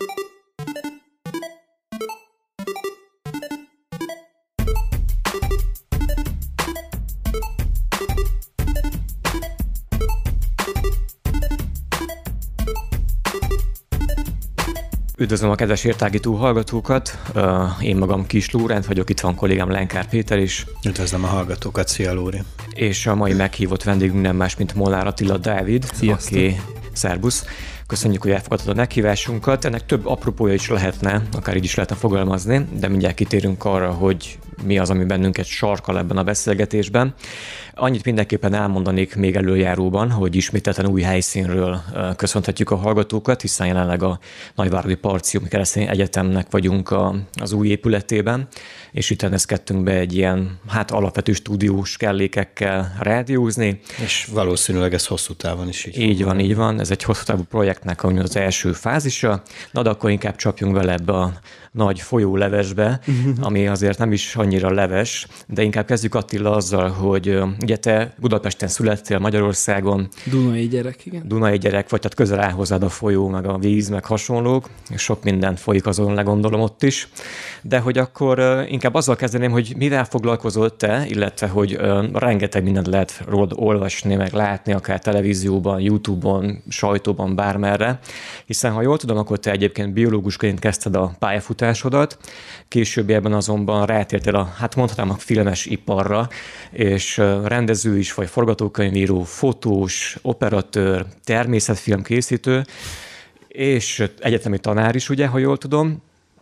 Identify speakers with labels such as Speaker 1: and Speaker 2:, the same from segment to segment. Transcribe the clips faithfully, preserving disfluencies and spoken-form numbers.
Speaker 1: Üdvözlöm a kedves értágító hallgatókat, én magam Kis Lórend vagyok, itt van kollégám Lenkár Péter is.
Speaker 2: Üdvözlöm a hallgatókat, szia Lóri!
Speaker 1: És a mai meghívott vendégünk nem más, mint Molnár Attila Dávid,
Speaker 3: Sziasztok.
Speaker 1: Aki szerbusz. Köszönjük, hogy elfogadtad a meghívásunkat. Ennek több apropója is lehetne, akár így is lehetne fogalmazni, de mindjárt kitérünk arra, hogy mi az, ami bennünket sarkal ebben a beszélgetésben. Annyit mindenképpen elmondanék még előjáróban, hogy ismételten új helyszínről köszönhetjük a hallgatókat, hiszen jelenleg a Nagyváradi Parcium Keresztény Egyetemnek vagyunk a, az új épületében, és itt rendezkedtünk be egy ilyen, hát alapvető stúdiós kellékekkel rádiózni. És
Speaker 2: valószínűleg ez hosszú távon is így.
Speaker 1: Így van, így van. Ez egy hosszú távú projektnek az első fázisa. Na, de akkor inkább csapjunk bele ebbe a nagy folyólevesbe, ami azért nem is annyira leves, de inkább kezdjük Attila azzal, hogy ugye te Budapesten születtél, Magyarországon.
Speaker 3: Dunai gyerek, igen.
Speaker 1: Dunai gyerek vagy, tehát közel áll hozzád a folyó, meg a víz, meg hasonlók, és sok minden folyik azon, legondolom ott is. De hogy akkor inkább azzal kezdeném, hogy mivel foglalkozol te, illetve hogy rengeteg mindent lehet rólad olvasni, meg látni, akár televízióban, YouTube-on, sajtóban, bármerre, hiszen ha jól tudom, akkor te egyébként biológusként kezdted a pályafutásodat, későbbiekben azonban rátértél a, hát mondhatnám a filmes iparra, és rendező is vagy, forgatókönyvíró, fotós, operatőr, természetfilmkészítő, és egyetemi tanár is, ugye, ha jól tudom,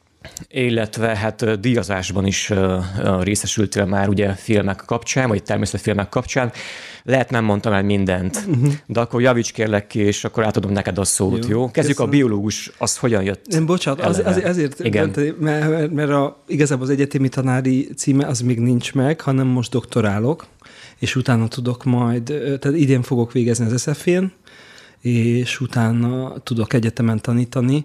Speaker 1: illetve hát díjazásban is részesültél már ugye filmek kapcsán, vagy természetfilmek kapcsán. Lehet nem mondtam el mindent, uh-huh. de akkor javíts kérlek ki, és akkor átadom neked a szót, jó? jó? Kezdjük köszönöm. A biológus, az hogyan jött?
Speaker 3: Nem, bocsánat, az, az, azért,
Speaker 1: Igen.
Speaker 3: mert, mert a, igazából az egyetemi tanári címe az még nincs meg, hanem most doktorálok, és utána tudok majd, tehát idén fogok végezni az es ef én, és utána tudok egyetemen tanítani.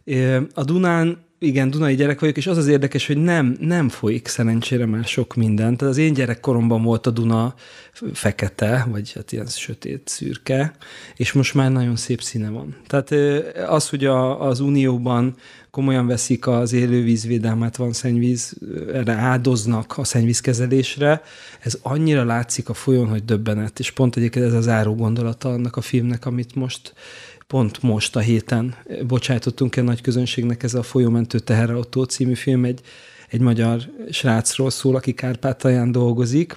Speaker 3: A Dunán Igen, dunai gyerek vagyok, és az az érdekes, hogy nem, nem folyik szerencsére már sok minden. Tehát az én gyerekkoromban volt a Duna fekete, vagy hát ilyen sötét, szürke, és most már nagyon szép színe van. Tehát az, hogy a, az Unióban komolyan veszik az élővízvédelmet, van szennyvíz, erre áldoznak a szennyvízkezelésre, ez annyira látszik a folyón, hogy döbbenet, és pont egyébként ez az záró gondolata annak a filmnek, amit most Pont most a héten bocsájtottunk egy nagy közönségnek, ez a Folyómentő teherautó című film, egy, egy magyar srácról szól, aki Kárpátalján dolgozik,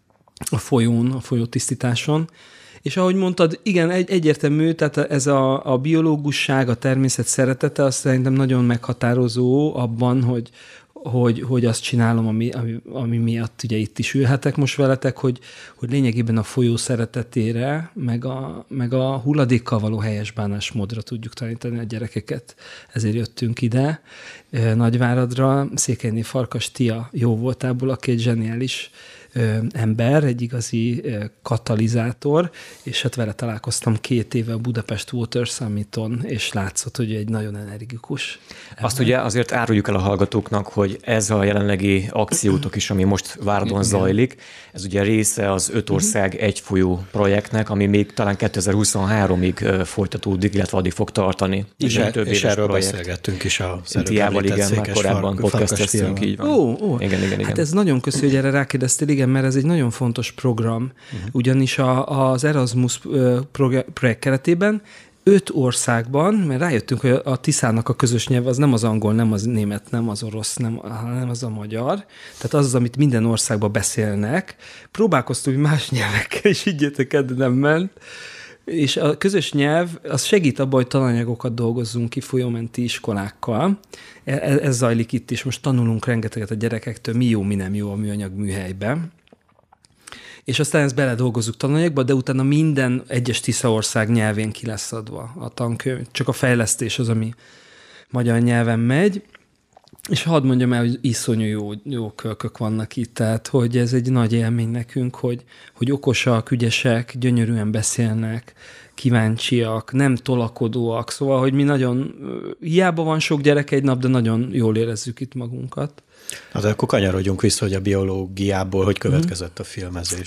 Speaker 3: a folyón, a folyótisztításon. És ahogy mondtad, igen, egy, egyértelmű, tehát ez a, a biológusság, a természet szeretete, az szerintem nagyon meghatározó abban, hogy, hogy, hogy azt csinálom, ami, ami, ami miatt ugye itt is ülhetek most veletek, hogy, hogy lényegében a folyó szeretetére, meg a, meg a hulladékkal való helyes bánásmódra tudjuk tanítani a gyerekeket. Ezért jöttünk ide Nagyváradra. Székelyné Farkas Tia jó voltából, aki egy zseniális ö, ember, egy igazi ö, katalizátor, és hát vele találkoztam két éve a Budapest Water Summiton, és látszott, hogy egy nagyon energikus ember.
Speaker 1: Azt ugye azért áruljuk el a hallgatóknak, hogy ez a jelenlegi akciótok is, ami most Váradon zajlik, ez ugye része az öt ország egy folyó projektnek, ami még talán kétezer-huszonháromig folytatódik, illetve addig fog tartani.
Speaker 2: És, e, és erről projekt. Beszélgettünk is a
Speaker 1: Tiával, igen, már korábban podcasteztünk, így van.
Speaker 3: Ó, ó.
Speaker 1: Igen, igen, igen.
Speaker 3: Hát ez nagyon köszönjük, hogy erre rákérdeztél, igen, mert ez egy nagyon fontos program, uh-huh. ugyanis a, az Erasmus projekt keretében öt országban, mert rájöttünk, hogy a Tiszának a közös nyelv az nem az angol, nem az német, nem az orosz, nem, hanem az a magyar. Tehát az az, amit minden országban beszélnek. Próbálkoztunk más nyelvekkel, és higgyétek el, de nem ment. És a közös nyelv az segít abban, hogy tananyagokat dolgozzunk ki folyómenti iskolákkal. Ez zajlik itt is. Most tanulunk rengeteget a gyerekektől, mi jó, mi nem jó a műanyag műhelyben. És aztán ezt beledolgozzuk tananyagba, de utána minden egyes Tiszaország nyelvén ki lesz adva a tankönyv. Csak a fejlesztés az, ami magyar nyelven megy. És hadd mondjam el, hogy iszonyú jó, jó kölkök vannak itt, tehát hogy ez egy nagy élmény nekünk, hogy, hogy okosak, ügyesek, gyönyörűen beszélnek, kíváncsiak, nem tolakodóak, szóval, hogy mi nagyon, hiába van sok gyerek egy nap, de nagyon jól érezzük itt magunkat.
Speaker 2: Hát akkor kanyarodjunk vissza, hogy a biológiából hogy következett a filmezés.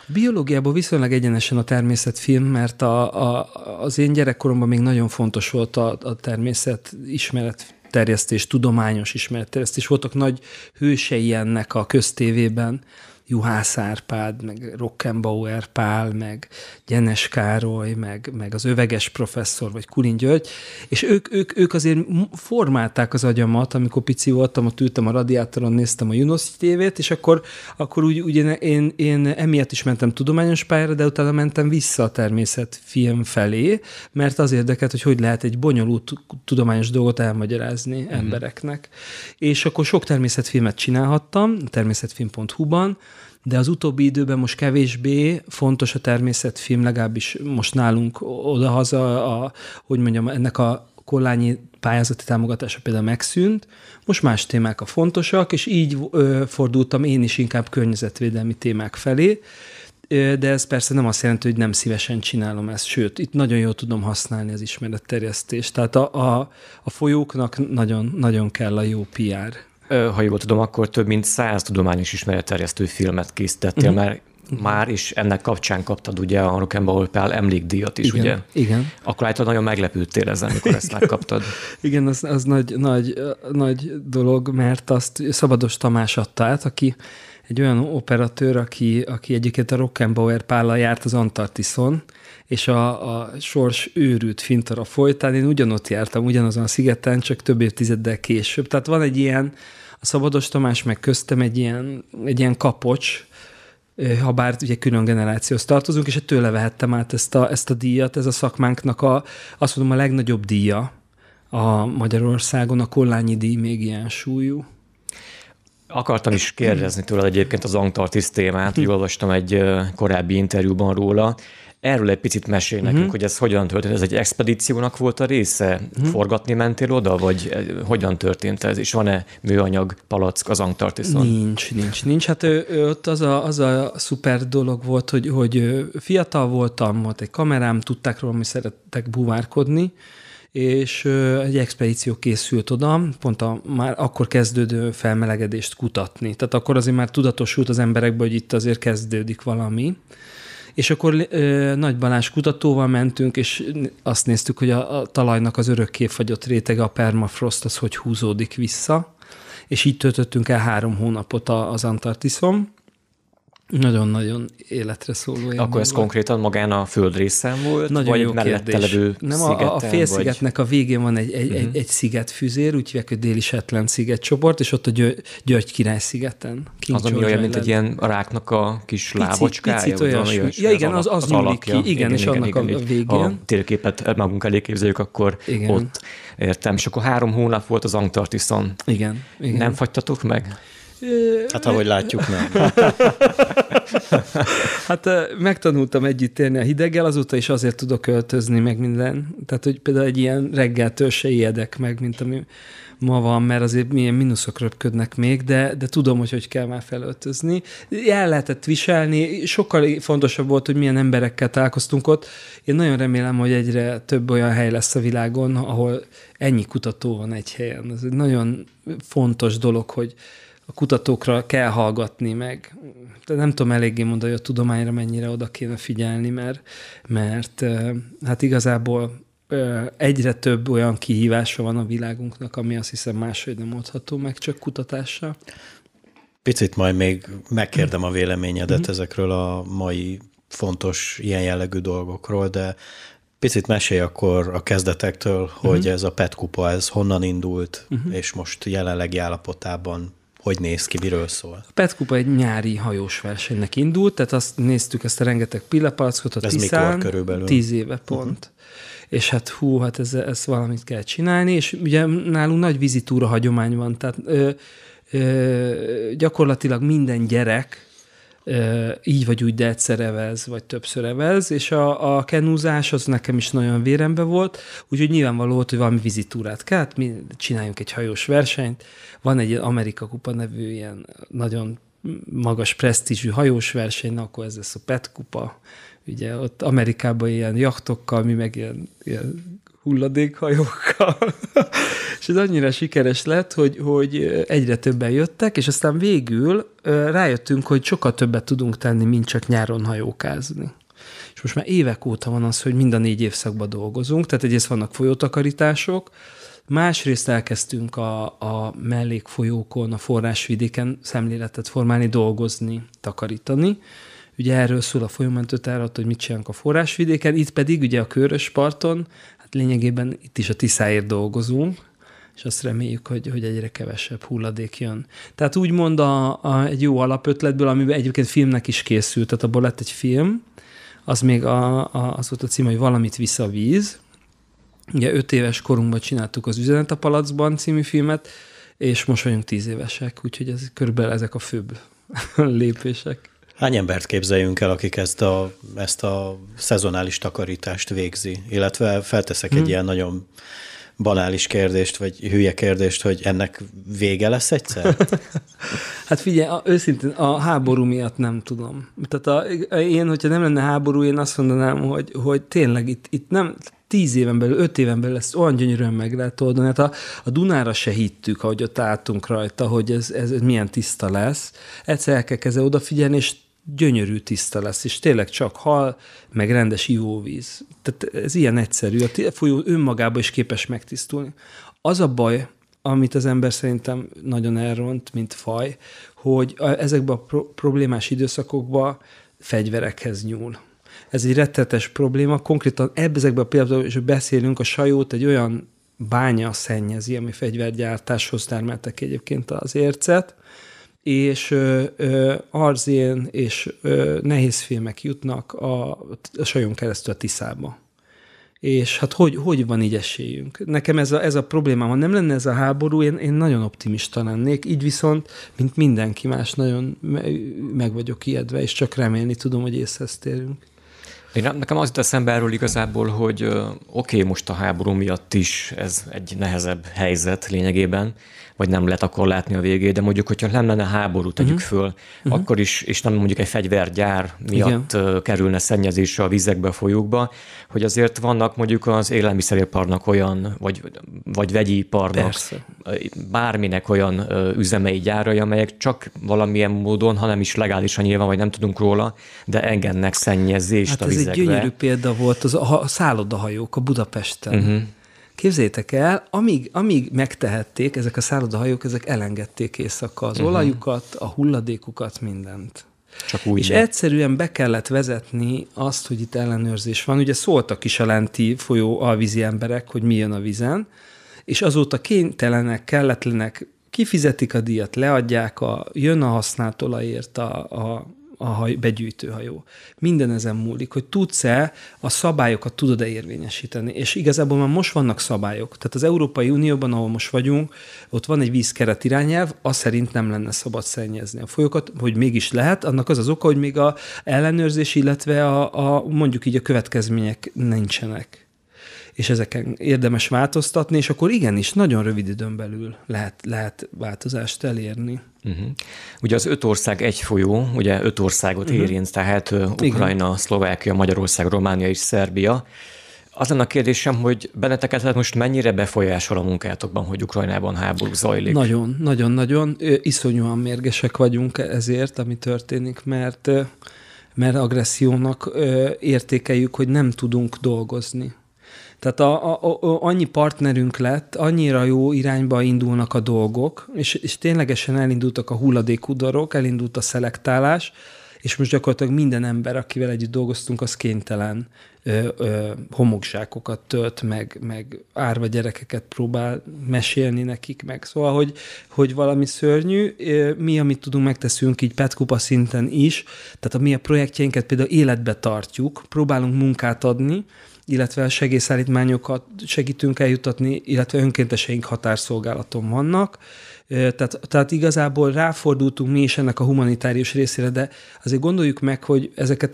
Speaker 3: Biológiában viszonylag egyenesen a természetfilm, mert a, a, az én gyerekkoromban még nagyon fontos volt a, a természet ismeret terjesztés, tudományos ismeretterjesztés. Voltak nagy hősei ennek a köztévében, Juhász Árpád, meg Rockenbauer Pál, meg Gyenes Károly, meg, meg az Öveges professzor, vagy Kulin György, és ők, ők, ők azért formálták az agyamat, amikor pici voltam, ott ültem a radiátoron, néztem a Junoszi tévét, és akkor, akkor úgy, úgy én, én emiatt is mentem tudományos pályára, de utána mentem vissza a természetfilm felé, mert az érdekelt, hogy hogy lehet egy bonyolult tudományos dolgot elmagyarázni mm-hmm. embereknek. És akkor sok természetfilmet csinálhattam, természetfilm pont hu-ban, de az utóbbi időben most kevésbé fontos a természetfilm, legalábbis most nálunk odahaza, a, hogy mondjam, ennek a Kollányi pályázati támogatása például megszűnt, most más témák a fontosak, és így ö, fordultam én is inkább környezetvédelmi témák felé, ö, de ez persze nem azt jelenti, hogy nem szívesen csinálom ezt, sőt, itt nagyon jól tudom használni az ismeretterjesztést, tehát a, a, a folyóknak nagyon, nagyon kell a jó pé er.
Speaker 1: Ha jól tudom, akkor több mint száz tudományos ismeretterjesztő filmet készítettél, uh-huh. mert uh-huh. már is ennek kapcsán kaptad ugye a Rockenbauer Pál emlékdíjat is,
Speaker 3: igen,
Speaker 1: ugye?
Speaker 3: Igen.
Speaker 1: Akkor általában nagyon meglepődtél ezen, amikor ezt megkaptad.
Speaker 3: Igen, az, az nagy, nagy, nagy dolog, mert azt Szabados Tamás adta át, aki egy olyan operatőr, aki, aki egyébként a Rockenbauer Pállal járt az Antarktiszon, és a, a sors őrült fintora folytán én ugyanott jártam, ugyanazon a szigeten, csak több évtizeddel később. Tehát van egy ilyen, a Szabados Tamás meg köztem egy ilyen, egy ilyen kapocs, ha bár ugye külön generációhoz tartozunk, és tőle vehettem át ezt a, ezt a díjat, ez a szakmánknak a, azt mondom, a legnagyobb díja a Magyarországon, a Kollányi díj még ilyen súlyú.
Speaker 1: Akartam is kérdezni tőled egyébként az Antarktisz témát, hogy olvastam egy korábbi interjúban róla. Erről egy picit mesél nekünk, uh-huh. hogy ez hogyan történt. Ez egy expedíciónak volt a része? Uh-huh. Forgatni mentél oda, vagy hogyan történt ez? És van-e műanyag palack az Antarktiszon?
Speaker 3: Nincs, nincs, nincs. Hát ő, ő, ott az a, az a szuper dolog volt, hogy, hogy fiatal voltam, volt egy kamerám, tudták róla, hogy szerettek búvárkodni, és egy expedíció készült oda, pont a már akkor kezdődő felmelegedést kutatni. Tehát akkor azért már tudatosult az emberekben, hogy itt azért kezdődik valami. És akkor ö, Nagy Balázs kutatóval mentünk, és azt néztük, hogy a, a talajnak az örökké fagyott rétege, a permafrost, az hogy húzódik vissza. És így töltöttünk el három hónapot az Antarktiszon. Nagyon-nagyon életre szóló élmény.
Speaker 1: Akkor ez volt. Konkrétan magán a földrészen volt?
Speaker 3: Nagyon
Speaker 1: vagy
Speaker 3: jó
Speaker 1: mellette levő
Speaker 3: Nem,
Speaker 1: szigeten,
Speaker 3: a, a félszigetnek
Speaker 1: vagy...
Speaker 3: a végén van egy, egy, uh-huh. egy, egy szigetfüzér, úgy hívják, hogy Déli Shetland szigetcsoport, és ott a György, György király szigeten. King
Speaker 1: az, ami
Speaker 3: George
Speaker 1: olyan, mint
Speaker 3: Island.
Speaker 1: egy ilyen ráknak a kis
Speaker 3: Picit,
Speaker 1: lábocskája?
Speaker 3: Picit olyasmi. Ja, igen, az, az, az nyúlik ki. Igen, igen, és igen, annak igen, a végén.
Speaker 1: Ha térképet magunk elé képzeljük, akkor igen. Ott értem. És akkor három hónap volt az Antarktiszon.
Speaker 3: Igen, igen.
Speaker 1: Nem fagytatok meg?
Speaker 2: Hát ahogy látjuk, nem.
Speaker 3: Hát megtanultam együtt élni a hideggel, azóta is azért tudok öltözni meg minden. Tehát, hogy például egy ilyen reggeltől se ijedek meg, mint ami ma van, mert azért milyen mínuszok röpködnek még, de, de tudom, hogy hogy kell már felöltözni. El lehetett viselni, sokkal fontosabb volt, hogy milyen emberekkel találkoztunk ott. Én nagyon remélem, hogy egyre több olyan hely lesz a világon, ahol ennyi kutató van egy helyen. Ez egy nagyon fontos dolog, hogy a kutatókra kell hallgatni, meg de nem tudom eléggé mondani, hogy a tudományra mennyire oda kéne figyelni, mert, mert hát igazából egyre több olyan kihívása van a világunknak, ami azt hiszem máshogy nem oldható meg, csak kutatással.
Speaker 2: Picit majd még megkérdem a véleményedet mm-hmm. ezekről a mai fontos ilyen jellegű dolgokról, de picit mesélj akkor a kezdetektől, hogy mm-hmm. ez a petkupa, ez honnan indult, mm-hmm. és most jelenlegi állapotában hogy néz ki, miről szól? A
Speaker 3: petkupa egy nyári hajós versenynek indult, tehát azt néztük, ezt a rengeteg pillapalackot a
Speaker 2: ez
Speaker 3: Tiszán.
Speaker 2: mikor körülbelül?
Speaker 3: Tíz éve pont. Uh-huh. És hát hú, hát ez, ez valamit kell csinálni, és ugye nálunk nagy vizitúra hagyomány van, tehát ö, ö, gyakorlatilag minden gyerek ö, így vagy úgy, de egyszer evez, vagy többször evez, és a, a kenúzás az nekem is nagyon vérembe volt, úgyhogy nyilvánvaló volt, hogy valami vizitúrát kell, hát mi csináljunk egy hajós versenyt. Van egy Amerika Kupa nevű ilyen nagyon magas presztízsű hajós verseny, akkor ez lesz a petkupa. Ugye ott Amerikában ilyen jachtokkal, mi meg ilyen, ilyen hulladékhajókkal. És ez annyira sikeres lett, hogy, hogy egyre többen jöttek, és aztán végül rájöttünk, hogy sokkal többet tudunk tenni, mint csak nyáron hajókázni. És most már évek óta van az, hogy mind a négy évszakban dolgozunk, tehát egyrészt vannak folyótakarítások, másrészt elkezdtünk a, a mellékfolyókon, a forrásvidéken szemléletet formálni, dolgozni, takarítani. Ugye erről szól a folyómentőtárat, hogy mit csinálunk a forrásvidéken, itt pedig ugye a Körösparton, hát lényegében itt is a Tiszáért dolgozunk, és azt reméljük, hogy, hogy egyre kevesebb hulladék jön. Tehát úgymond a, a, egy jó alapötletből, amiben egyébként filmnek is készült, tehát abból lett egy film, az még a, a, az volt a cím, hogy Valamit visz a víz. Ugye öt éves korunkban csináltuk az Üzenet a palacban című filmet, és most vagyunk tíz évesek, úgyhogy ez, körülbelül ezek a főbb lépések.
Speaker 2: Hány embert képzeljünk el, akik ezt a, ezt a szezonális takarítást végzi? Illetve felteszek hmm. egy ilyen nagyon banális kérdést, vagy hülye kérdést, hogy ennek vége lesz egyszer?
Speaker 3: Hát figyelj, a, őszintén a háború miatt nem tudom. Tehát a, én, hogyha nem lenne háború, én azt mondanám, hogy, hogy tényleg itt, itt nem tíz éven belül, öt éven belül ezt olyan gyönyörűen meg lehet oldani. Hát a, a Dunára se hittük, ahogy ott álltunk rajta, hogy ez, ez, ez milyen tiszta lesz. Egyszer el kell kezdeni odafigyelni, és gyönyörű tiszta lesz, és tényleg csak hal, meg rendes ivóvíz. Tehát ez ilyen egyszerű. A folyó önmagában is képes megtisztulni. Az a baj, amit az ember szerintem nagyon elront, mint faj, hogy ezekben a pro- problémás időszakokban fegyverekhez nyúl. Ez egy rettetes probléma. Konkrétan ezekben a pillanatban is beszélünk, a sajót egy olyan bánya szennyezi, ami fegyvergyártáshoz termeltek egyébként az ércet, és ö, ö, arzén és ö, nehézfémek jutnak a, a sajon keresztül a Tiszába. És hát hogy, hogy van így esélyünk? Nekem ez a, ez a problémám, ha nem lenne ez a háború, én, én nagyon optimista lennék, így viszont, mint mindenki más, nagyon meg vagyok ijedve, és csak remélni tudom, hogy észhez térünk.
Speaker 1: Én, nekem az jut eszembe erről igazából, hogy oké, okay, most a háború miatt is ez egy nehezebb helyzet lényegében, vagy nem lehet akkor látni a végét, de mondjuk, hogyha nem lenne háború, tegyük uh-huh. föl, uh-huh. akkor is, és nem mondjuk egy fegyvergyár miatt Igen. kerülne szennyezésre a vizekbe, a folyókba, hogy azért vannak mondjuk az élelmiszeriparnak olyan, vagy, vagy vegyiparnak, Persze. bárminek olyan üzemei, gyárai, amelyek csak valamilyen módon, ha nem is legálisan nyilván, vagy nem tudunk róla, de engednek szennyezést hát a vizekbe.
Speaker 3: Hát ez egy gyönyörű példa volt, az a, a szállodahajók a Budapesten. Uh-huh. Képzeljétek el, amíg, amíg megtehették, ezek a szállodahajók, ezek elengedték éjszaka az uh-huh. olajukat, a hulladékukat, mindent.
Speaker 1: Csak úgy.
Speaker 3: És
Speaker 1: de.
Speaker 3: egyszerűen be kellett vezetni azt, hogy itt ellenőrzés van. Ugye szóltak is a lenti folyó alvízi emberek, hogy mi jön a vízen, és azóta kénytelenek, kelletlenek, kifizetik a díjat, leadják, a, jön a használt olajért a, a a haj, begyűjtőhajó. Minden ezen múlik, hogy tudsz-e a szabályokat tudod-e érvényesíteni. És igazából már most vannak szabályok. Tehát az Európai Unióban, ahol most vagyunk, ott van egy vízkeret irányelv, az szerint nem lenne szabad szennyezni a folyókat, hogy mégis lehet. Annak az az oka, hogy még a ellenőrzés, illetve a, a mondjuk így a következmények nincsenek. És ezeken érdemes változtatni, és akkor igenis nagyon rövid időn belül lehet, lehet változást elérni.
Speaker 1: Uh-huh. Ugye az öt ország egy folyó, ugye öt országot uh-huh. érint, tehát Ukrajna, Igen. Szlovákia, Magyarország, Románia és Szerbia. Az lenne a kérdésem, hogy benneteket most mennyire befolyásol a munkátokban, hogy Ukrajnában háború zajlik?
Speaker 3: Nagyon, nagyon, nagyon. Iszonyúan mérgesek vagyunk ezért, ami történik, mert, mert agressziónak értékeljük, hogy nem tudunk dolgozni. Tehát a, a, a, annyi partnerünk lett, annyira jó irányba indulnak a dolgok, és, és ténylegesen elindultak a hulladékudarok, elindult a szelektálás, és most gyakorlatilag minden ember, akivel együtt dolgoztunk, az kénytelen ö, ö, homokzsákokat tölt, meg, meg árva gyerekeket próbál mesélni nekik meg. Szóval, hogy, hogy valami szörnyű, mi, amit tudunk, megteszünk így petkupa szinten is, tehát a mi a projektjeinket például életbe tartjuk, próbálunk munkát adni, illetve a segélyszállítmányokat segítünk eljutatni, illetve önkénteseink határszolgálaton vannak. Tehát, tehát igazából ráfordultunk mi is ennek a humanitárius részére, de azért gondoljuk meg, hogy ezeket a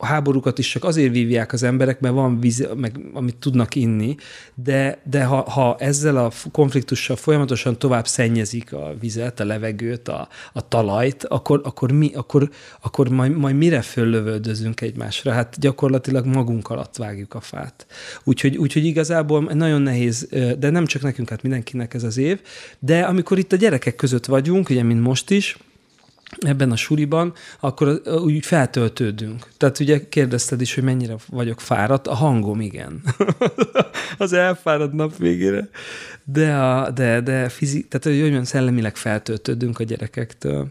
Speaker 3: a háborúkat is csak azért vívják az emberek, mert van víz, meg amit tudnak inni, de, de ha, ha ezzel a konfliktussal folyamatosan tovább szennyezik a vizet, a levegőt, a, a talajt, akkor, akkor, mi, akkor, akkor majd, majd mire föllövöldözünk egymásra? Hát gyakorlatilag magunk alatt vágjuk a fát. Úgyhogy, úgyhogy igazából nagyon nehéz, de nem csak nekünk, hát mindenkinek ez az év, de amikor itt a gyerekek között vagyunk, ugye, mint most is, ebben a suliban, akkor úgy feltöltődünk. Tehát ugye kérdezted is, hogy mennyire vagyok fáradt. A hangom igen. Az elfáradt nap végére. De, a, de, de fizik, tehát hogy olyan szellemileg feltöltődünk a gyerekektől.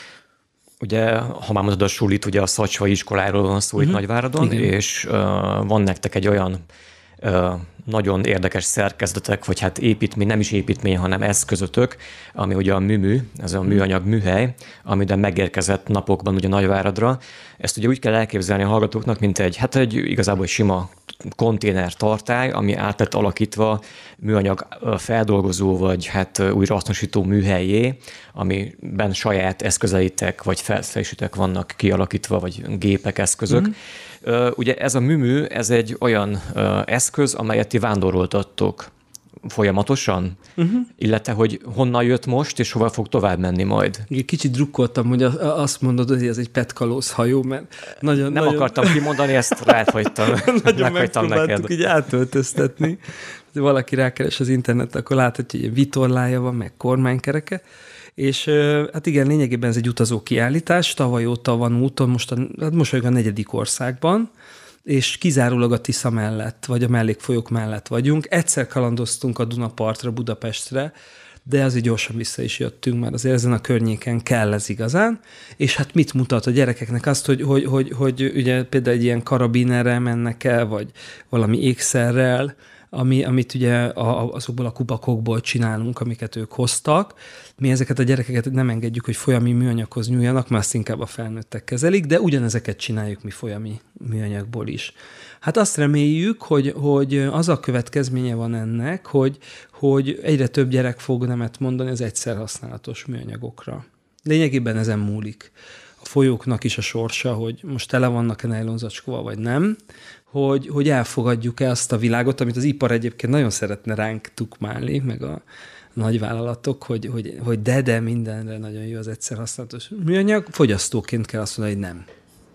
Speaker 1: Ugye, ha már mondod a sulit, ugye a Szacsvai iskoláról van szó uh-huh. itt Nagyváradon, igen. és uh, van nektek egy olyan uh, nagyon érdekes szerkezetek, vagy hát építmény, nem is építmény, hanem eszközötök, ami ugye a műmű, ez a műanyag műhely, amiben megérkezett napokban ugye Nagyváradra. Ezt ugye úgy kell elképzelni a hallgatóknak, mint egy, hát egy igazából egy sima konténer tartály, ami át lett alakítva műanyag feldolgozó, vagy hát újrahasznosító műhelyé, amiben saját eszközeitek, vagy felszerelések vannak kialakítva, vagy gépek, eszközök. Mm-hmm. Ugye ez a műmű, ez egy olyan eszköz, amelyet ti vándoroltattok folyamatosan, uh-huh. illetve hogy honnan jött most, és hova fog tovább menni majd.
Speaker 3: Kicsit drukkoltam, hogy azt mondod, hogy ez egy petkalóz hajó, mert nagyon...
Speaker 1: Nem
Speaker 3: nagyon...
Speaker 1: akartam kimondani, ezt ráhagytam.
Speaker 3: Nagyon megpróbáltuk így átöltöztetni. Ha valaki rákeres az internetre, akkor láthatja, hogy vitorlája van, meg kormánykereke. És hát igen, lényegében ez egy utazó kiállítás, tavaly óta van úton, most a, hát most a negyedik országban, és kizárólag a Tisza mellett, vagy a mellékfolyók mellett vagyunk. Egyszer kalandoztunk a Dunapartra, Budapestre, de azért gyorsan vissza is jöttünk, mert azért ezen a környéken kell ez igazán. És hát mit mutat a gyerekeknek azt, hogy, hogy, hogy, hogy ugye például egy ilyen karabinerrel mennek el, vagy valami ékszerrel, ami, amit ugye azokból a kubakokból csinálunk, amiket ők hoztak. Mi ezeket a gyerekeket nem engedjük, hogy folyami műanyaghoz nyúljanak, mert azt inkább a felnőttek kezelik, de ugyanezeket csináljuk mi folyami műanyagból is. Hát azt reméljük, hogy, hogy az a következménye van ennek, hogy, hogy egyre több gyerek fog nemet mondani az egyszer használatos műanyagokra. Lényegében ezen múlik a folyóknak is a sorsa, hogy most tele vannak-e nejlonzacskóval, vagy nem, hogy, hogy elfogadjuk-e azt a világot, amit az ipar egyébként nagyon szeretne ránk tukmálni, meg a nagyvállalatok, hogy, hogy, hogy de, de mindenre nagyon jó az egyszer használatos műanyag. Fogyasztóként kell azt mondani, hogy nem.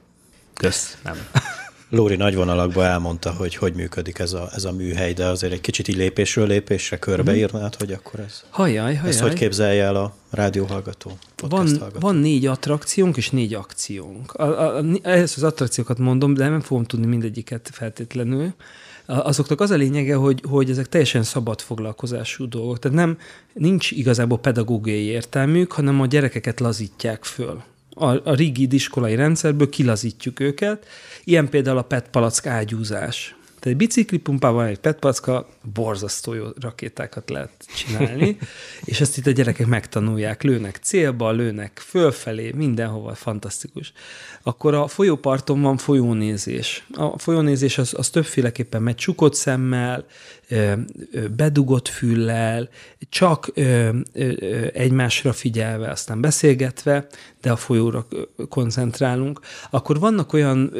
Speaker 3: Kösz, nem.
Speaker 2: Lóri nagy vonalakban elmondta, hogy hogy működik ez a, ez a műhely, de azért egy kicsit így lépésről lépésre körbeírnád, hogy akkor ez...
Speaker 3: Hajjaj, hajjaj.
Speaker 2: Ezt hogy képzelje el a rádióhallgató,
Speaker 3: van,
Speaker 2: hallgató?
Speaker 3: Van négy attrakciónk és négy akciónk. A, a, ehhez az attrakciókat mondom, de nem fogom tudni mindegyiket feltétlenül. Azoknak az a lényege, hogy, hogy ezek teljesen szabad foglalkozású dolgok. Tehát nem, nincs igazából pedagógiai értelmük, hanem a gyerekeket lazítják föl. A, a rigid iskolai rendszerből kilazítjuk őket. Ilyen például a petpalack ágyúzás. Tehát egy biciklipumpával egy petpalacka borzasztó jó rakétákat lehet csinálni, és ezt itt a gyerekek megtanulják. Lőnek célba, lőnek fölfelé, mindenhova, fantasztikus. Akkor a folyóparton van folyónézés. A folyónézés az, az többféleképpen megy csukott szemmel, bedugott füllel, csak egymásra figyelve, aztán beszélgetve, de a folyóra koncentrálunk. Akkor vannak olyan...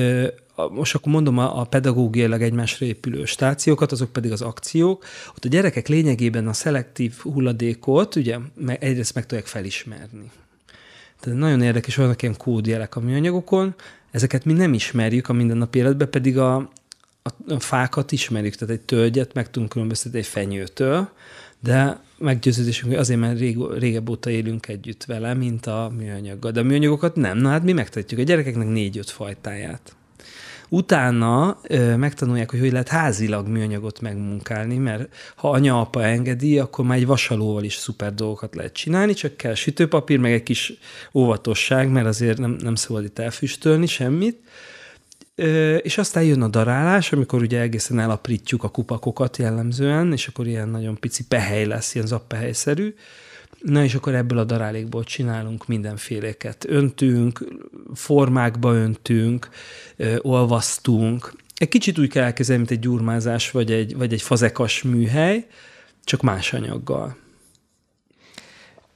Speaker 3: most akkor mondom a, a pedagógiailag egymásra épülő stációkat, azok pedig az akciók. Ott a gyerekek lényegében a szelektív hulladékot ugye egyrészt meg tudják felismerni. Tehát nagyon érdekes, vannak ilyen kódjelek a műanyagokon, ezeket mi nem ismerjük a mindennapi életben, pedig a, a, a fákat ismerjük, tehát egy tölgyet meg tudunk különböztetni egy fenyőtől, de meggyőződésünk, hogy azért, mert rég, régebb óta élünk együtt vele, mint a műanyaggal. De a műanyagokat nem. Na hát mi megtanítjuk a gyerekeknek négy-öt fajtáját. Utána ö, megtanulják, hogy hogy lehet házilag műanyagot megmunkálni, mert ha anya-apa engedi, akkor már egy vasalóval is szuper dolgokat lehet csinálni, csak kell sütőpapír, meg egy kis óvatosság, mert azért nem, nem szabad itt elfüstölni semmit. Ö, és aztán jön a darálás, amikor ugye egészen elaprítjuk a kupakokat jellemzően, és akkor ilyen nagyon pici pehely lesz, ilyen zappehelyszerű. Na és akkor ebből a darálékból csinálunk mindenféléket. Öntünk, formákba öntünk, ö, olvasztunk. Egy kicsit úgy kell elkezdeni, mint egy gyurmázás, vagy egy, vagy egy fazekas műhely, csak más anyaggal.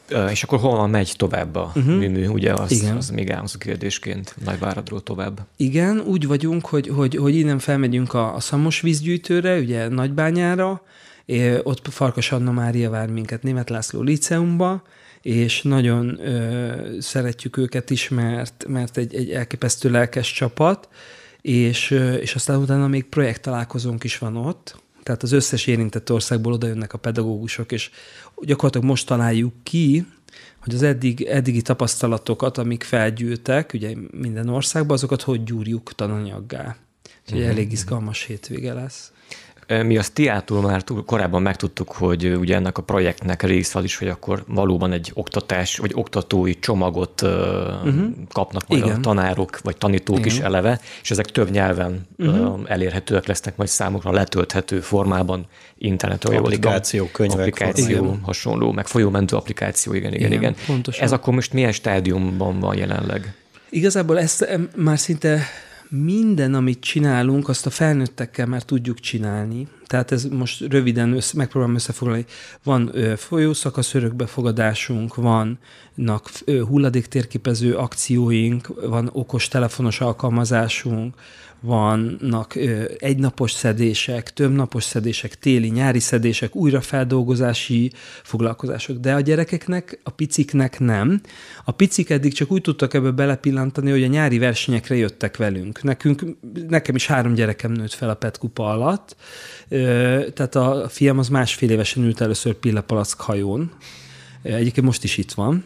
Speaker 1: És akkor hol megy tovább a uh-huh. műmű, ugye az, az még elhangzó kérdésként Nagyváradról tovább.
Speaker 3: Igen, úgy vagyunk, hogy, hogy, hogy innen felmegyünk a, a Szamos vízgyűjtőre, ugye Nagybányára, ott Farkas Anna Mária vár minket Németh László Líceumba, és nagyon ö, szeretjük őket is, mert, mert egy, egy elképesztő lelkes csapat, és, ö, és aztán utána még projekttalálkozónk is van ott, tehát az összes érintett országból oda jönnek a pedagógusok, és gyakorlatilag most találjuk ki, hogy az eddig, eddigi tapasztalatokat, amik felgyűltek, ugye minden országban, azokat hogy gyúrjuk tananyaggá. Úgyhogy uh-huh. elég izgalmas hétvége lesz.
Speaker 1: Mi azt tiától már korábban megtudtuk, hogy ugye ennek a projektnek része is, hogy akkor valóban egy oktatás, vagy oktatói csomagot uh-huh. kapnak majd Igen. a tanárok, vagy tanítók Igen. is eleve, és ezek több nyelven uh-huh. elérhetőek lesznek majd számukra letölthető formában interneten.
Speaker 2: Applikáció, könyvek.
Speaker 1: Applikáció, igen. hasonló, meg folyómentő applikáció, igen, igen, igen. igen. Ez akkor most milyen stádiumban van jelenleg?
Speaker 3: Igazából ezt már szinte minden, amit csinálunk, azt a felnőttekkel már tudjuk csinálni. Tehát ez most röviden össze, megpróbálom összefoglalni. Van ö, folyószakasz örökbefogadásunk, vannak ö, hulladéktérképező akcióink, van okos telefonos alkalmazásunk, vannak ö, egynapos szedések, többnapos szedések, téli, nyári szedések, újrafeldolgozási foglalkozások. De a gyerekeknek, a piciknek nem. A picik eddig csak úgy tudtak ebbe belepillantani, hogy a nyári versenyekre jöttek velünk. Nekünk, nekem is három gyerekem nőtt fel a petkupa alatt, ö, tehát a fiam az másfél évesen ült először Pille-Palack hajón. Egyébként most is itt van.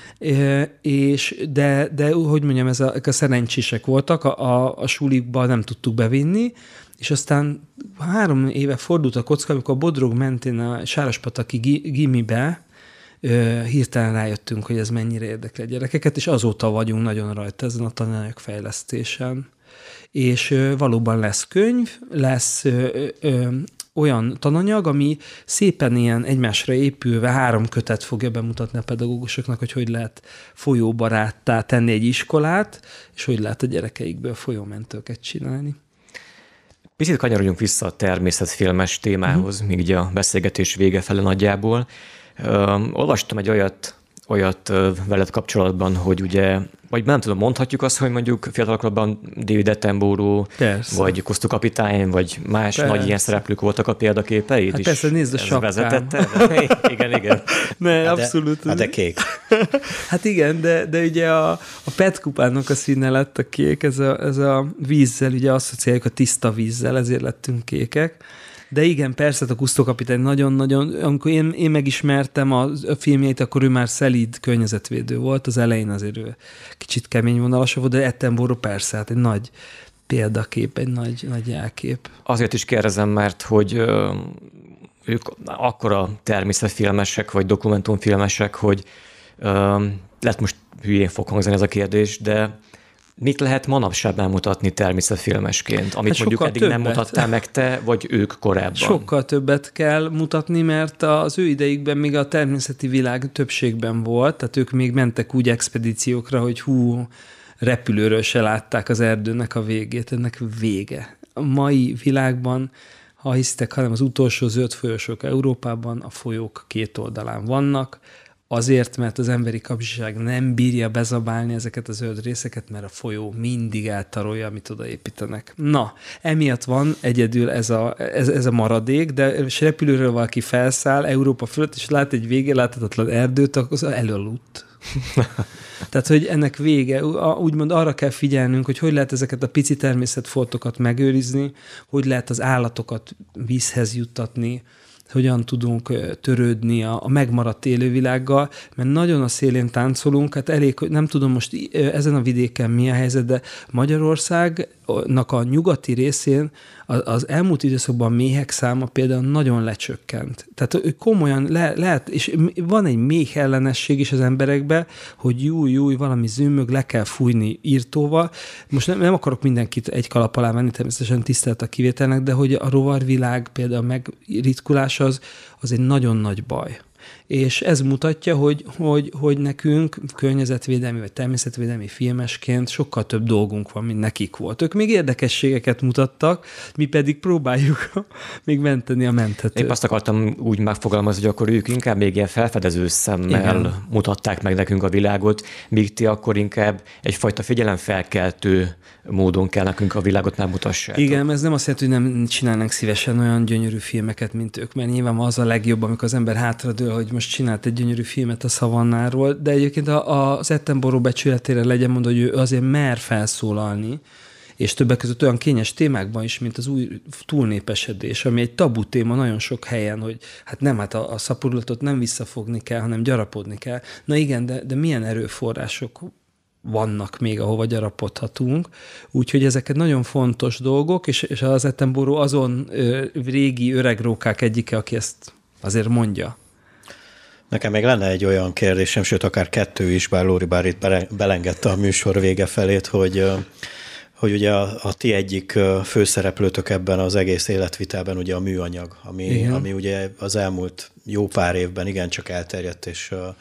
Speaker 3: És de, de hogy mondjam, ez a, a szerencsések voltak, a, a, a sulikba nem tudtuk bevinni, és aztán három éve fordult a kocka, amikor a Bodrog mentén a Sárospataki gimibe hirtelen rájöttünk, hogy ez mennyire érdekli a gyerekeket, és azóta vagyunk nagyon rajta ezen a tananyagfejlesztésen. És valóban lesz könyv, lesz ö, ö, olyan tananyag, ami szépen ilyen egymásra épülve három kötet fogja bemutatni a pedagógusoknak, hogy hogy lehet folyóbaráttá tenni egy iskolát, és hogy lehet a gyerekeikből folyómentőket csinálni.
Speaker 1: Picit kanyarodjunk vissza a természetfilmes témához, uh-huh. még ugye a beszélgetés vége fele nagyjából. Uh, olvastam egy olyat, olyat uh, veled kapcsolatban, hogy ugye, vagy nem tudom, mondhatjuk azt, hogy mondjuk fiatalokban David Attenborough, persze. vagy Kusztu kapitány, vagy más persze. nagy ilyen szereplők voltak a példaképeid
Speaker 3: hát
Speaker 1: is.
Speaker 3: Persze, nézd a sapkám.
Speaker 1: Vezetette? igen, igen.
Speaker 3: Ne, hát abszolút.
Speaker 2: De, hát de kék.
Speaker 3: Hát igen, de, de ugye a, a petkupának a színe lett a kék, ez a, ez a vízzel, ugye asszociáljuk a tiszta vízzel, ezért lettünk kékek. De igen, persze, a Kusztu kapitány nagyon-nagyon, amikor én, én megismertem a, a filmjeit, akkor ő már szelíd környezetvédő volt, az elején azért ő kicsit kemény vonalasabb volt, de Attenborough persze, hát egy nagy példakép, egy nagy, nagy jelkép.
Speaker 1: Azért is kérdezem, mert hogy ö, ők akkora természetfilmesek, vagy dokumentumfilmesek, hogy ö, lehet most hülyén fog hangzani ez a kérdés, de mit lehet manapság bemutatni természetfilmesként, amit hát mondjuk eddig többet. nem mutattál meg te, vagy ők korábban?
Speaker 3: Sokkal többet kell mutatni, mert az ő idejükben még a természeti világ többségben volt, tehát ők még mentek úgy expedíciókra, hogy hú, repülőről se látták az erdőnek a végét, ennek vége. A mai világban, ha hisztek, hanem az utolsó zöld folyosók Európában, a folyók két oldalán vannak, azért, mert az emberi kapcsiság nem bírja bezabálni ezeket a zöld részeket, mert a folyó mindig eltarolja, amit odaépítenek. Na, emiatt van egyedül ez a, ez, ez a maradék, de repülőről valaki felszáll Európa fölött, és lát egy vége láthatatlan erdőt, akkor az elaludt. Tehát, hogy ennek vége, úgymond arra kell figyelnünk, hogy hogy lehet ezeket a pici természetfoltokat megőrizni, hogy lehet az állatokat vízhez juttatni, hogyan tudunk törődni a, a megmaradt élővilággal, mert nagyon a szélén táncolunk, hát elég, hogy nem tudom most ezen a vidéken mi a helyzet, de Magyarországnak a nyugati részén az elmúlt időszakban a méhek száma például nagyon lecsökkent. Tehát komolyan le, lehet, és van egy méh ellenesség is az emberekben, hogy júj, júj, valami zümmög, le kell fújni írtóval. Most nem, nem akarok mindenkit egy kalap alá venni, természetesen tisztelt a kivételnek, de hogy a rovarvilág például megritkulás az, az egy nagyon nagy baj. és ez mutatja, hogy, hogy, hogy nekünk környezetvédelmi vagy természetvédelmi filmesként sokkal több dolgunk van, mint nekik volt. Ők még érdekességeket mutattak, mi pedig próbáljuk még menteni a menthetőt.
Speaker 1: Épp azt akartam úgy megfogalmazni, hogy akkor ők inkább még ilyen felfedező szemmel Igen. mutatták meg nekünk a világot, míg ti akkor inkább egyfajta figyelemfelkeltő módon kell nekünk a világot megmutassátok.
Speaker 3: Igen, ez nem azt jelenti, hogy nem csinálnánk szívesen olyan gyönyörű filmeket, mint ők, mert nyilván az a legjobb, amikor az ember hátradől, hogy most csinált egy gyönyörű filmet a szavannáról, de egyébként a, a, az Attenborough becsületére legyen mondva, hogy ő azért mer felszólalni, és többek között olyan kényes témákban is, mint az új túlnépesedés, ami egy tabu téma nagyon sok helyen, hogy hát nem, hát a, a szaporulatot nem visszafogni kell, hanem gyarapodni kell. Na igen, de, de milyen erőforrások vannak még, ahova gyarapodhatunk. Úgyhogy ezeket nagyon fontos dolgok, és, és az Attenborough azon ö, régi öreg rókák egyike, aki ezt azért mondja.
Speaker 2: Nekem még lenne egy olyan kérdésem, sőt akár kettő is, bár Lóri bár itt belengedte a műsor vége felét, hogy, hogy ugye a, a ti egyik főszereplőtök ebben az egész életvitelben ugye a műanyag, ami, ami ugye az elmúlt jó pár évben igencsak elterjedt, és a,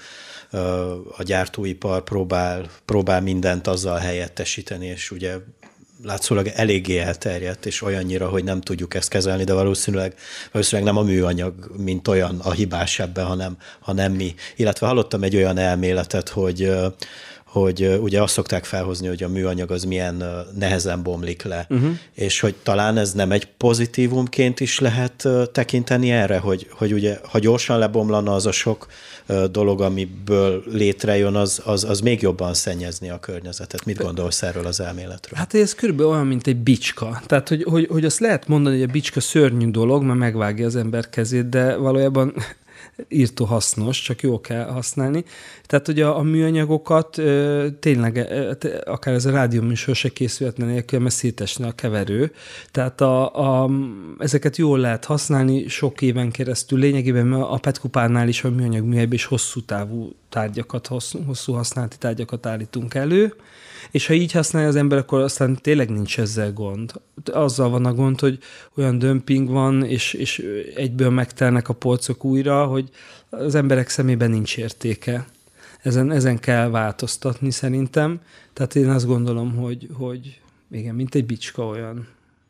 Speaker 2: a gyártóipar próbál, próbál mindent azzal helyettesíteni, és ugye látszólag eléggé elterjedt, és olyannyira, hogy nem tudjuk ezt kezelni, de valószínűleg, valószínűleg nem a műanyag, mint olyan a hibás ebben, hanem, hanem mi. Illetve hallottam egy olyan elméletet, hogy, hogy ugye azt szokták felhozni, hogy a műanyag az milyen nehezen bomlik le, uh-huh. és hogy talán ez nem egy pozitívumként is lehet tekinteni erre, hogy, hogy ugye, ha gyorsan lebomlana az a sok dolog, amiből létrejön, az, az, az még jobban szennyezni a környezetet. Mit gondolsz erről az elméletről?
Speaker 3: Hát ez körülbelül olyan, mint egy bicska. Tehát, hogy, hogy, hogy azt lehet mondani, hogy a bicska szörnyű dolog, mert megvágja az ember kezét, de valójában írtó hasznos, csak jól kell használni. Tehát, hogy a, a műanyagokat ö, tényleg, ö, akár ez a rádióműsor se készülhetne nélkül, mert szétesne a keverő. Tehát a, a, ezeket jól lehet használni sok éven keresztül. Lényegében a petkupárnál is a műanyag műhelyben is hosszú távú tárgyakat, hosszú, hosszú használati tárgyakat állítunk elő, és ha így használja az ember, akkor aztán tényleg nincs ezzel gond. Azzal van a gond, hogy olyan dömping van, és, és egyből megtelnek a polcok újra, hogy az emberek szemében nincs értéke. Ezen, ezen kell változtatni szerintem. Tehát én azt gondolom, hogy, hogy igen, mint egy bicska olyan.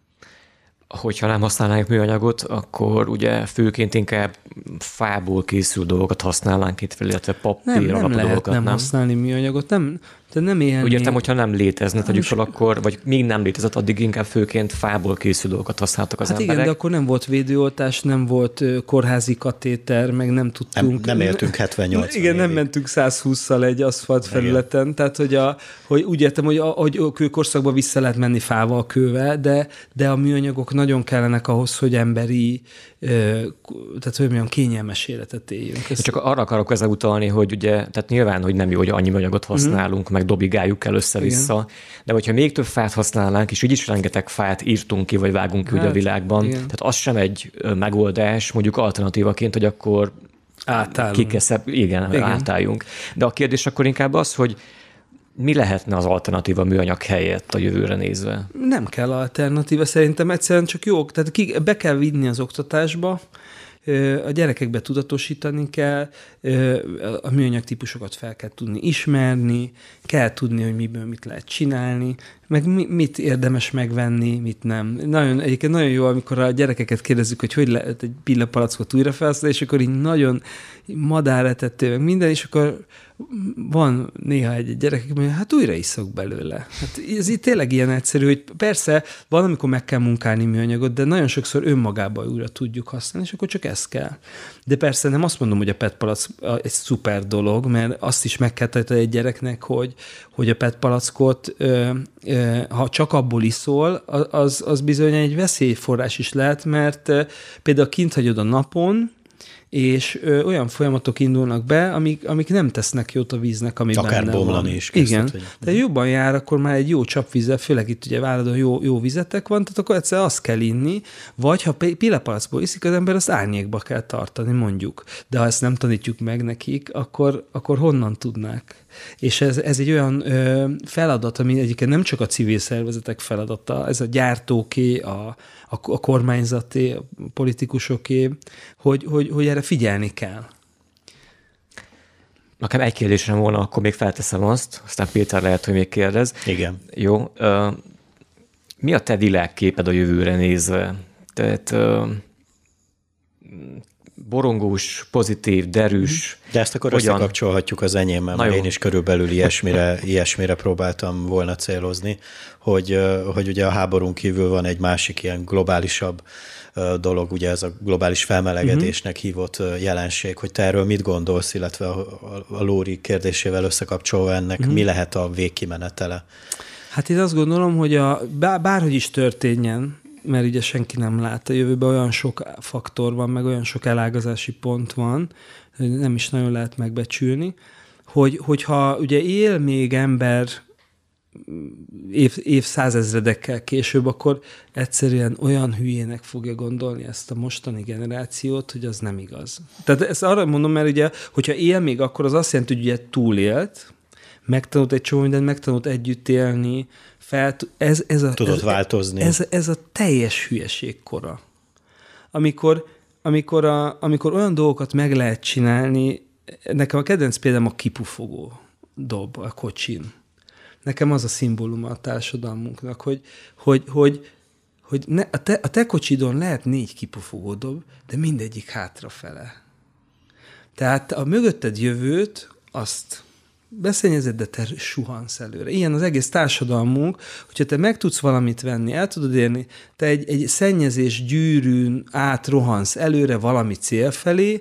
Speaker 1: Hogyha nem használnánk műanyagot, akkor ugye főként inkább fából készül dolgokat használnánk itt fel, illetve papír
Speaker 3: nem,
Speaker 1: alapú
Speaker 3: nem
Speaker 1: dolgokat,
Speaker 3: nem? Nem használni műanyagot, nem, de nem élni.
Speaker 1: Úgy értem, hogyha nem létezne, tegyük fel akkor, vagy még nem létezett, addig inkább főként fából készül dolgokat használtak az
Speaker 3: hát
Speaker 1: emberek.
Speaker 3: Igen, de akkor nem volt védőoltás, nem volt kórházi katéter, meg nem tudtunk.
Speaker 2: Nem, nem éltünk hetvennyolc.
Speaker 3: Igen, nem mentünk száz hússzal egy aszfalt felületen, igen. Tehát hogy, a, hogy úgy értem, hogy a, hogy a kőkorszakban vissza lehet menni fával, kővel, de, de a műanyagok nagyon kellenek ahhoz, hogy emberi, tehát hogy olyan kényelmes életet éljünk. Ezt...
Speaker 1: Csak arra akarok ezzel utalni, hogy ugye, tehát nyilván, hogy nem jó, hogy annyi műanyagot használunk, uh-huh. meg dobigáljuk el össze-vissza, igen. de hogyha még több fát használnánk, és így is rengeteg fát írtunk ki, vagy vágunk ki hát, ugye a világban, igen. tehát az sem egy megoldás, mondjuk alternatívaként, hogy akkor kikeszebb, igen, igen, átálljunk. De a kérdés akkor inkább az, hogy mi lehetne az alternatíva műanyag helyett a jövőre nézve?
Speaker 3: Nem kell alternatíva, szerintem egyszerűen csak jó. Tehát ki, be kell vinni az oktatásba, a gyerekekbe tudatosítani kell, a műanyag típusokat fel kell tudni ismerni, kell tudni, hogy miből mit lehet csinálni, meg mit érdemes megvenni, mit nem. Nagyon, egyébként nagyon jó, amikor a gyerekeket kérdezzük, hogy hogy lehet egy pillapalackot újra felhasználni, és akkor így nagyon madáretető, meg minden, és akkor van néha egy gyerek, aki mondja, hát újra iszok belőle. Hát ez így tényleg ilyen egyszerű, hogy persze van, amikor meg kell munkálni műanyagot, de nagyon sokszor önmagában újra tudjuk használni, és akkor csak ez kell. De persze nem azt mondom, hogy a pet palack egy szuper dolog, mert azt is meg kell tanítani egy gyereknek, hogy, hogy a pet palackot, ö, ö, ha csak abból iszol, az, az bizony egy veszélyforrás is lehet, mert ö, például kint hagyod a napon, és ö, olyan folyamatok indulnak be, amik, amik nem tesznek jót a víznek, ami
Speaker 2: akár
Speaker 3: benne van.
Speaker 2: Akár bomlani is.
Speaker 3: Igen, de jobban jár, akkor már egy jó csapvízzel, főleg itt ugye Váradon jó, jó vizetek van, tehát akkor egyszer azt kell inni, vagy ha pillepalackból iszik az ember, azt árnyékba kell tartani, mondjuk. De ha ezt nem tanítjuk meg nekik, akkor, akkor honnan tudnák? És ez, ez egy olyan ö, feladat, ami egyébként nem csak a civil szervezetek feladata, ez a gyártóké, a, a, a kormányzaté, a politikusoké, hogy, hogy, hogy erre figyelni kell.
Speaker 1: Nekem egy kérdésem volna, akkor még felteszem azt, aztán Péter lehet, hogy még kérdez.
Speaker 2: Igen.
Speaker 1: Jó. Mi a te világképed a jövőre nézve? Tehát borongós, pozitív, derűs.
Speaker 2: De ezt akkor hogyan? Összekapcsolhatjuk az enyémmel, mert én is körülbelül ilyesmire, ilyesmire próbáltam volna célozni, hogy, hogy ugye a háborún kívül van egy másik ilyen globálisabb dolog, ugye ez a globális felmelegedésnek uh-huh. hívott jelenség, hogy te erről mit gondolsz, illetve a, a, a Lóri kérdésével összekapcsolva ennek uh-huh. mi lehet a végkimenetele?
Speaker 3: Hát én azt gondolom, hogy a, bárhogy is történjen, mert ugye senki nem lát a jövőben, olyan sok faktor van, meg olyan sok elágazási pont van, nem is nagyon lehet megbecsülni, hogy, hogyha ugye él még ember év, évszázezredekkel később, akkor egyszerűen olyan hülyének fogja gondolni ezt a mostani generációt, hogy az nem igaz. Tehát ezt arra mondom, mert ugye, hogyha él még, akkor az azt jelenti, hogy ugye túlélt, megtanult egy csomó mindent, megtanult együtt élni, fel, ez, ez a,
Speaker 2: tudott
Speaker 3: ez,
Speaker 2: változni.
Speaker 3: Ez, ez a teljes hülyeség kora. Amikor, amikor, a, amikor olyan dolgokat meg lehet csinálni, nekem a kedvenc példám a kipufogó dob a kocsin. Nekem az a szimbóluma a társadalmunknak, hogy, hogy, hogy, hogy ne, a, te, a te kocsidon lehet négy kipufogó dob, de mindegyik hátrafele. Tehát a mögötted jövőt azt beszennyezed, de te suhansz előre. Ilyen az egész társadalmunk, hogyha te meg tudsz valamit venni, el tudod érni, te egy, egy szennyezés gyűrűn át rohansz előre valami cél felé,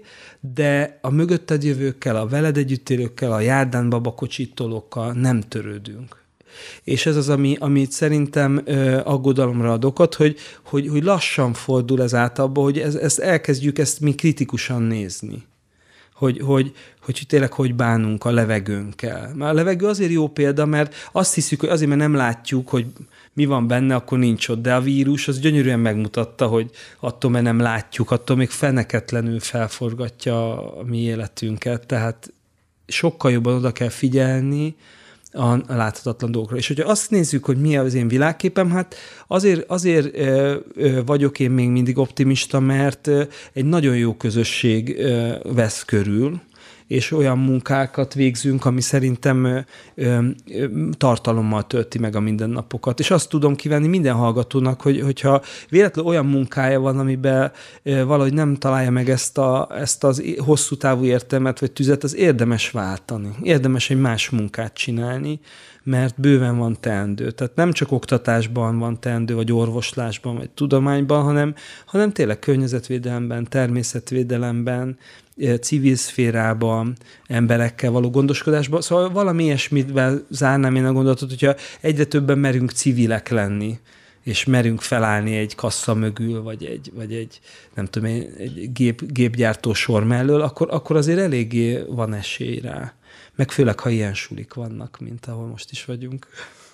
Speaker 3: de a mögötted jövőkkel, a veled együttélőkkel, a járdán babakocsitolókkal nem törődünk. És ez az, ami, amit szerintem ö, aggodalomra ad okot, hogy, hogy, hogy lassan fordul ez át abba, hogy ez, ezt elkezdjük ezt mi kritikusan nézni. Hogy, hogy, hogy tényleg hogy bánunk a levegőnkkel. Mert a levegő azért jó példa, mert azt hiszük, hogy azért, mert nem látjuk, hogy mi van benne, akkor nincs ott. De a vírus az gyönyörűen megmutatta, hogy attól, mert nem látjuk, attól még feneketlenül felforgatja a mi életünket. Tehát sokkal jobban oda kell figyelni a láthatatlan dolgokra. És hogyha azt nézzük, hogy mi az én világképem, hát azért, azért ö, ö, vagyok én még mindig optimista, mert ö, egy nagyon jó közösség ö, vesz körül, és olyan munkákat végzünk, ami szerintem ö, ö, tartalommal tölti meg a mindennapokat. És azt tudom kívánni minden hallgatónak, hogy, hogyha véletlenül olyan munkája van, amiben ö, valahogy nem találja meg ezt, a, ezt az hosszú távú értelmet, vagy tüzet, az érdemes váltani. Érdemes egy más munkát csinálni, mert bőven van teendő. Tehát nem csak oktatásban van teendő, vagy orvoslásban, vagy tudományban, hanem, hanem tényleg környezetvédelemben, természetvédelemben, civil szférában, emberekkel való gondoskodásban. Szóval valami ilyesmitvel zárnám én a gondolatot, hogyha egyre többen merünk civilek lenni, és merünk felállni egy kassa mögül, vagy egy, vagy egy nem tudom, egy gép, gépgyártó sor mellől, akkor, akkor azért eléggé van esély rá. Meg főleg, ha ilyen sulik vannak, mint ahol most is vagyunk.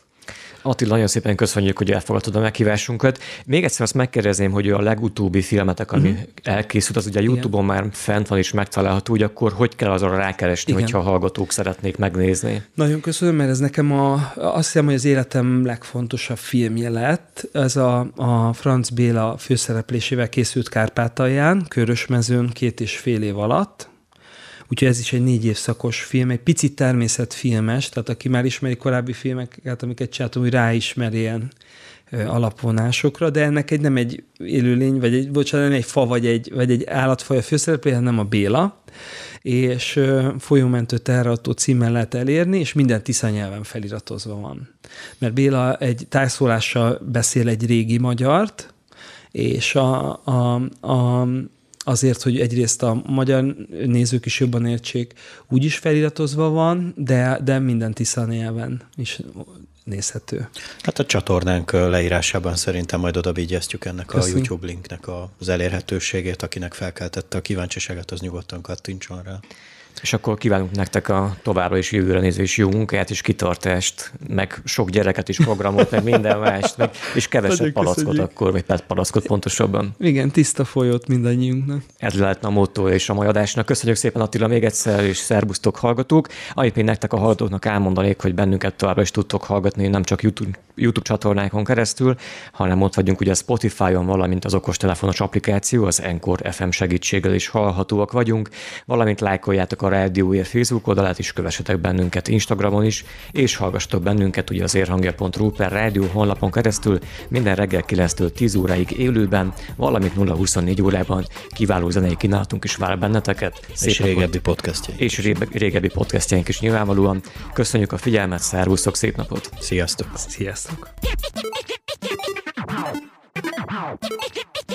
Speaker 1: Attila, nagyon szépen köszönjük, hogy elfogadtad a meghívásunkat. Még egyszer azt megkérdezném, hogy a legutóbbi filmetek, ami uh-huh. elkészült, az ugye a YouTube-on már fent van és megtalálható, hogy akkor hogy kell azra rákeresni, igen, hogyha a hallgatók szeretnék megnézni?
Speaker 3: Nagyon köszönöm, mert ez nekem a, azt hiszem, hogy az életem legfontosabb filmje lett. Ez a, a Franz Béla főszereplésével készült Kárpátalján, Körösmezőn két és fél év alatt. Úgyhogy ez is egy négy évszakos film, egy picit természetfilmes, tehát aki már ismeri korábbi filmeket, amiket csináltam, hogy ráismer ilyen ö, alapvonásokra, de ennek egy nem egy élőlény, vagy egy, bocsánat, nem egy fa, vagy egy, vagy egy állatfaj a főszereplő, hanem a Béla, és ö, folyómentő terrautó címmel lehet elérni, és minden tisza nyelven feliratozva van. Mert Béla egy tájszólással beszél egy régi magyart, és a, a, a azért, hogy egyrészt a magyar nézők is jobban értsék, úgy is feliratozva van, de, de minden tisza nyelven is nézhető.
Speaker 2: Hát a csatornánk leírásában szerintem majd odavigyeztjük ennek
Speaker 3: Köszönöm.
Speaker 2: a YouTube linknek az elérhetőségét, akinek felkeltette a kíváncsiságot, az nyugodtan kattintson rá.
Speaker 1: És akkor kívánunk nektek a továbbra is jövőre néző is jó munkát, és kitartást, meg sok gyereket is programot, meg minden mást, meg, és kevesebb palackot akkor, vagy pet palackot pontosabban.
Speaker 3: Igen, tiszta folyót mindannyiunknak.
Speaker 1: Ez lehetne a motto és a mai adásnak. Köszönjük szépen, Attila, még egyszer, és szerbusztok, hallgatók. Amit még nektek a hallgatóknak elmondanék, hogy bennünket továbbra is tudtok hallgatni, nem csak YouTube, YouTube csatornákon keresztül, hanem ott vagyunk ugye a Spotify-on, valamint az okostelefonos applikáció, az Encore ef em segítséggel is hallhatóak vagyunk, valamint lájkoljátok a Rádióér Facebook oldalát is, kövessetek bennünket Instagramon is, és hallgassatok bennünket ugye az érhangja pont ru per rádió honlapon keresztül minden reggel kilenctől tíz óráig élőben, valamint nulla huszonnégy órában kiváló zenei kínálatunk is vár benneteket.
Speaker 2: Szép és régebbi podcastjaink.
Speaker 1: És régebbi podcastjaink is nyilvánvalóan. Köszönjük a figyelmet, szervusztok, szép napot!
Speaker 2: Sziasztok!
Speaker 3: Sziasztok!